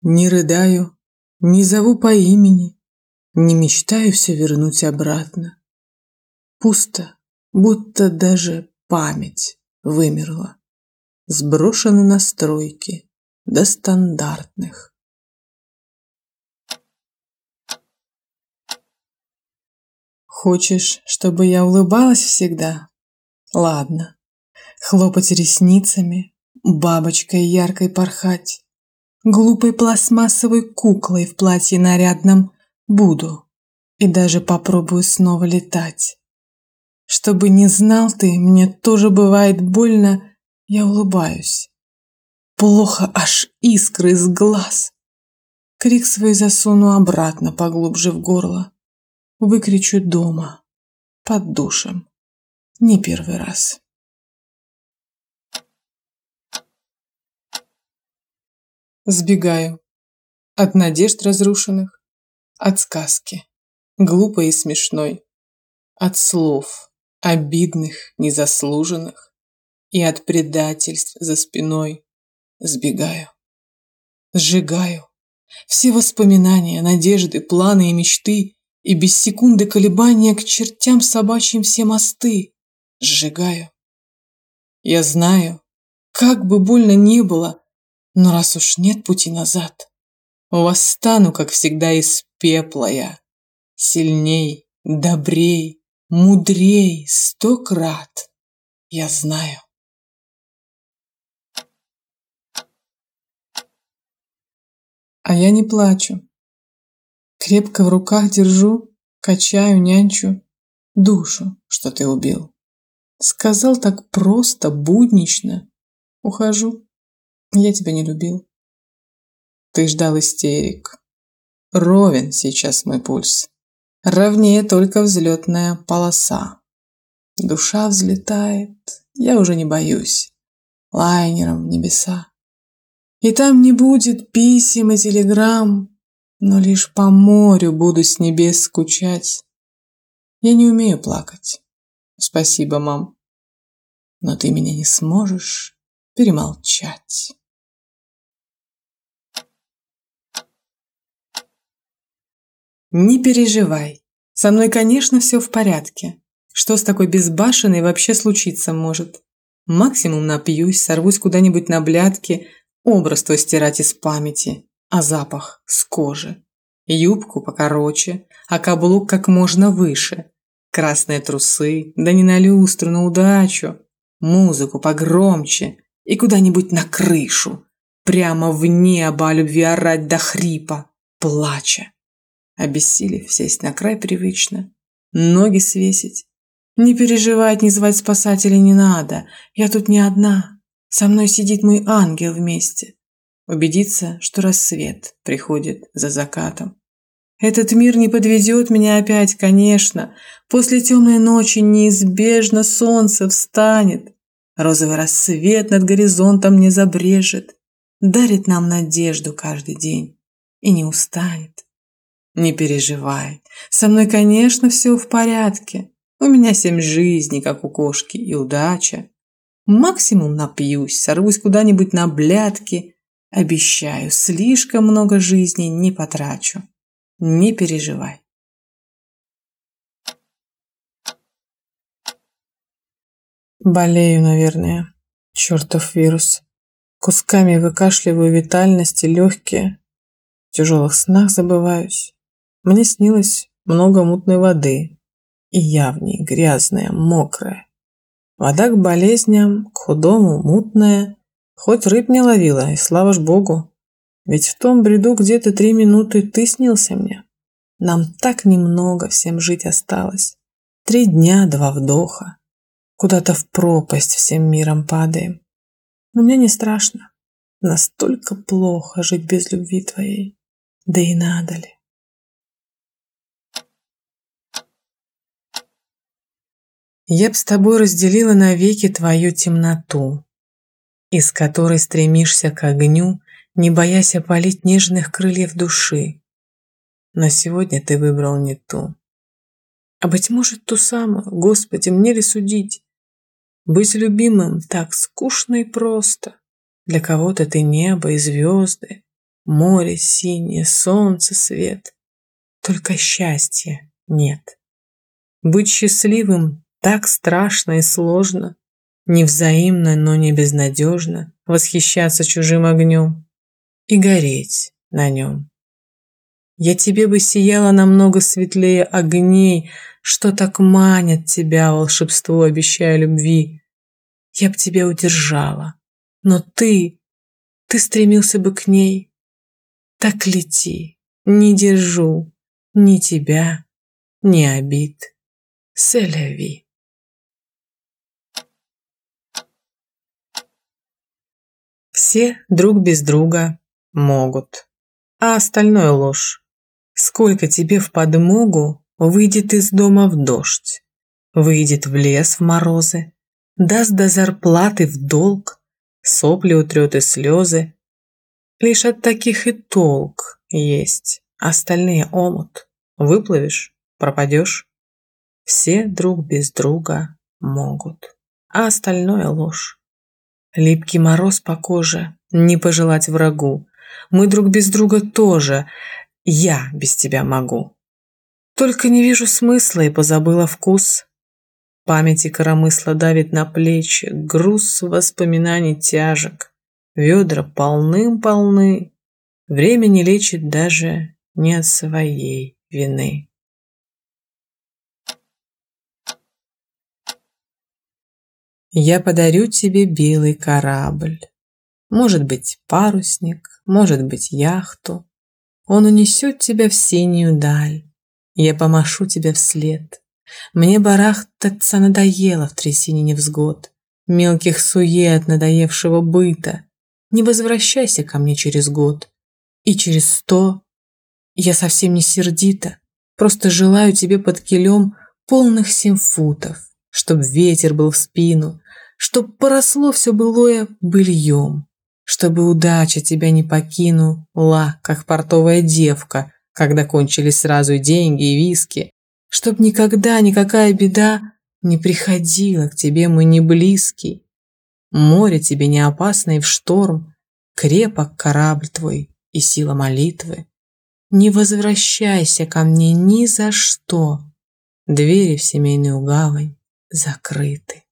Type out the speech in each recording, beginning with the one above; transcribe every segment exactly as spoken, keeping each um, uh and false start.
Не рыдаю, не зову по имени, не мечтаю все вернуть обратно. Пусто, будто даже память вымерла. Сброшены настройки до стандартных. Хочешь, чтобы я улыбалась всегда? Ладно. Хлопать ресницами, бабочкой яркой порхать, глупой пластмассовой куклой в платье нарядном буду и даже попробую снова летать. Чтобы не знал ты, мне тоже бывает больно, я улыбаюсь. Плохо аж искры из глаз. Крик свой засуну обратно поглубже в горло. Выкричу дома, под душем, не первый раз. Сбегаю от надежд разрушенных, от сказки, глупой и смешной, от слов, обидных, незаслуженных, и от предательств за спиной. Сбегаю, сжигаю все воспоминания, надежды, планы и мечты, и без секунды колебания к чертям собачьим все мосты. Сжигаю. Я знаю, как бы больно ни было, но раз уж нет пути назад, восстану, как всегда, из пепла я. Сильней, добрей, мудрей сто крат, я знаю. А я не плачу. Крепко в руках держу, качаю, нянчу душу, что ты убил. Сказал так просто, буднично. Ухожу. Я тебя не любил. Ты ждал истерик. Ровен сейчас мой пульс. Ровнее только взлетная полоса. Душа взлетает, я уже не боюсь. Лайнером в небеса. И там не будет писем и телеграмм, но лишь по морю буду с небес скучать. Я не умею плакать. Спасибо, мам. Но ты меня не сможешь перемолчать. Не переживай. Со мной, конечно, все в порядке. Что с такой безбашенной вообще случиться может? Максимум напьюсь, сорвусь куда-нибудь на блядки, образ твой стирать из памяти, а запах с кожи. Юбку покороче, а каблук как можно выше. Красные трусы, да не на люстру, на удачу. Музыку погромче и куда-нибудь на крышу. Прямо в небо о любви орать до хрипа, плача. Обессилев, сесть на край привычно, ноги свесить. Не переживать, не звать спасателей не надо, я тут не одна. Со мной сидит мой ангел вместе. Убедиться, что рассвет приходит за закатом. Этот мир не подведет меня опять, конечно. После темной ночи неизбежно солнце встанет. Розовый рассвет над горизонтом не забрежет. Дарит нам надежду каждый день и не устанет. Не переживай, со мной, конечно, все в порядке. У меня семь жизней, как у кошки, и удача. Максимум напьюсь, сорвусь куда-нибудь на блядки. Обещаю, слишком много жизней не потрачу. Не переживай. Болею, наверное. Чертов вирус. Кусками выкашливаю витальность и легкие. В тяжелых снах забываюсь. Мне снилось много мутной воды. И я в ней грязная, мокрая. Вода к болезням, к худому, мутная. Хоть рыб не ловила, и слава ж богу. Ведь в том бреду где-то три минуты ты снился мне. Нам так немного всем жить осталось. Три дня, два вдоха. Куда-то в пропасть всем миром падаем. Но мне не страшно. Настолько плохо жить без любви твоей. Да и надо ли? Я б с тобой разделила навеки твою темноту, из которой стремишься к огню, не боясь опалить нежных крыльев души. Но сегодня ты выбрал не ту. А быть может, ту самую, Господи, мне ли судить? Быть любимым так скучно и просто. Для кого-то ты небо и звезды, Море синее, солнце свет. Только счастья нет. Быть счастливым так страшно и сложно. Невзаимно, но не безнадежно восхищаться чужим огнем и гореть на нем. Я тебе бы сияла намного светлее огней, что так манят тебя, волшебство, обещая любви. Я б тебя удержала, но ты, ты стремился бы к ней. Так лети, не держу ни тебя, ни обид. C'est la vie. Все друг без друга могут, а остальное ложь. Сколько тебе в подмогу выйдет из дома в дождь, выйдет в лес в морозы, даст до зарплаты в долг, сопли утрет и слезы. Лишь от таких и толк есть, остальные омут. Выплывешь, пропадешь. Все друг без друга могут, а остальное ложь. Липкий мороз по коже, не пожелать врагу. Мы друг без друга тоже, я без тебя могу. Только не вижу смысла и позабыла вкус. Памяти коромысла давит на плечи, груз воспоминаний тяжек. Ведра полным-полны, время не лечит даже не от своей вины. Я подарю тебе белый корабль. Может быть, парусник, может быть, яхту. Он унесет тебя в синюю даль. Я помашу тебе вслед. Мне барахтаться надоело в трясине невзгод, мелких сует надоевшего быта. Не возвращайся ко мне через год. И через сто. Я совсем не сердита, просто желаю тебе под килем полных семь футов, чтоб ветер был в спину, чтоб поросло все былое быльем, чтобы удача тебя не покинула, как портовая девка, когда кончились сразу и деньги, и виски, чтоб никогда никакая беда не приходила к тебе, мой неблизкий. Море тебе не опасно и в шторм, крепок корабль твой и сила молитвы. Не возвращайся ко мне ни за что. Двери в семейную гавань закрыты.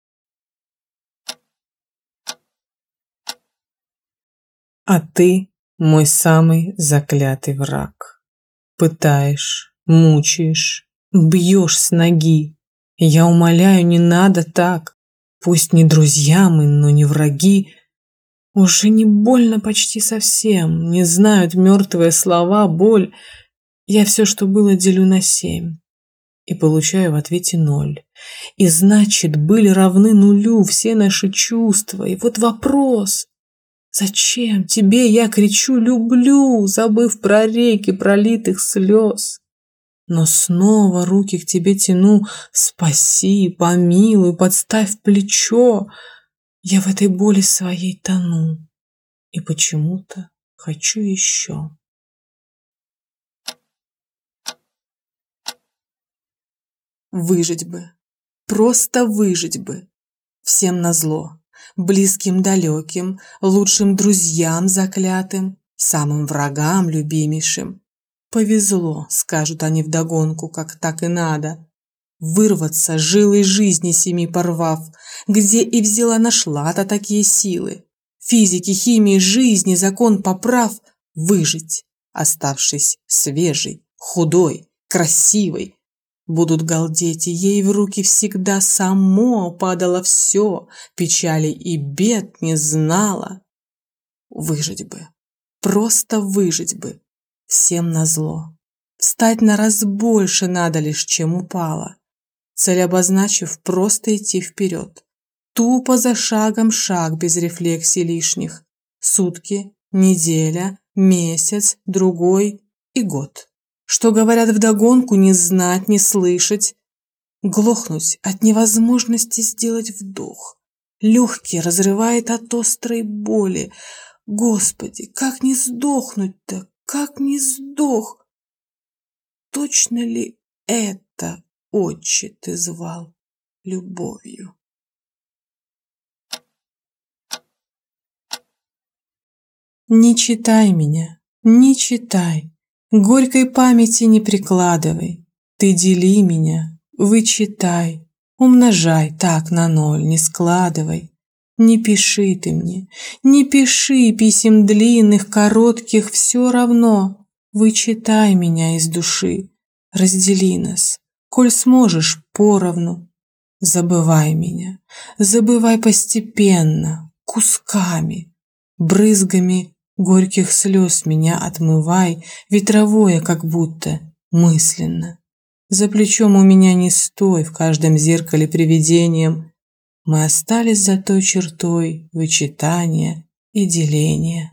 А ты мой самый заклятый враг. Пытаешь, мучаешь, бьешь с ноги. Я умоляю, не надо так. Пусть не друзья мы, но не враги. Уже не больно почти совсем. Не знают мертвые слова, боль. Я все, что было, делю на семь. И получаю в ответе ноль. И значит, были равны нулю все наши чувства. И вот вопрос. Зачем тебе я кричу «люблю», забыв про реки пролитых слез? Но снова руки к тебе тяну, спаси, помилуй, подставь плечо. Я в этой боли своей тону и почему-то хочу еще. Выжить бы, просто выжить бы, всем назло, близким далеким, лучшим друзьям заклятым, самым врагам любимейшим. Повезло, скажут они вдогонку, как так и надо. Вырваться жилой жизни семи порвав, где и взяла нашла-то такие силы. Физики, химии, жизни, закон поправ, выжить, оставшись свежей, худой, красивой. Будут галдеть, и ей в руки всегда само падало все, печали и бед не знала. Выжить бы, просто выжить бы, всем назло. Встать на раз больше надо лишь, чем упала. Цель обозначив, просто идти вперед. Тупо за шагом шаг без рефлексий лишних. Сутки, неделя, месяц, другой и год. Что говорят вдогонку, не знать, не слышать. Глохнуть от невозможности сделать вдох. Легкие разрывает от острой боли. Господи, как не сдохнуть-то, как не сдох? Точно ли это, Отче, ты звал любовью? Не читай меня, не читай, горькой памяти не прикладывай. Ты дели меня, вычитай, умножай так на ноль, не складывай. Не пиши ты мне, не пиши писем длинных, коротких, все равно. Вычитай меня из души, раздели нас, коль сможешь поровну. Забывай меня, забывай постепенно, кусками, брызгами горьких слез меня отмывай, ветровое как будто, мысленно. За плечом у меня не стой, в каждом зеркале привидением. Мы остались за той чертой вычитания и деления.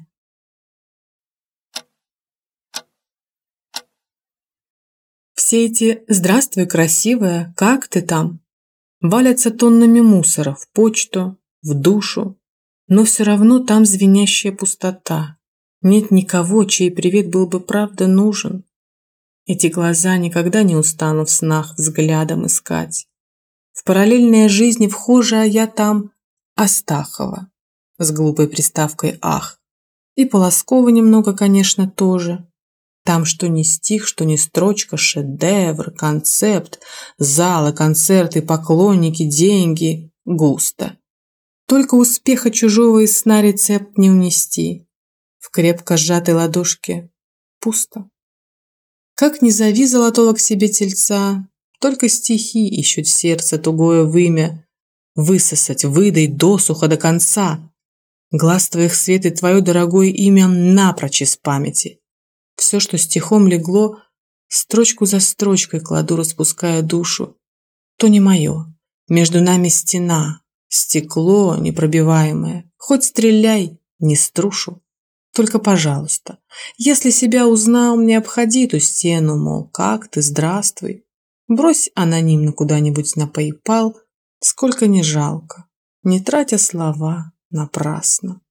Все эти «здравствуй, красивая, как ты там?» валятся тоннами мусора в почту, в душу, но все равно там звенящая пустота. Нет никого, чей привет был бы правда нужен. Эти глаза никогда не устану в снах взглядом искать. В параллельной жизни вхожа, а я там Астахова с глупой приставкой «ах». И Полоскова немного, конечно, тоже. Там что ни стих, что ни строчка, шедевр, концепт, залы, концерты, поклонники, деньги. Густо. Только успеха чужого из сна рецепт не унести. В крепко сжатой ладошке пусто. Как ни зови золотого к себе тельца, только стихи ищут сердце тугое вымя. Высосать, выдай досуха до конца. Глаз твоих свет и твое дорогое имя напрочь из памяти. Все, что стихом легло, строчку за строчкой кладу, распуская душу. То не мое. Между нами стена, стекло непробиваемое. Хоть стреляй, не струшу. Только, пожалуйста, если себя узнал, не обходи ту стену, мол, как ты, здравствуй. Брось анонимно куда-нибудь на PayPal, сколько не жалко, не тратя слова напрасно.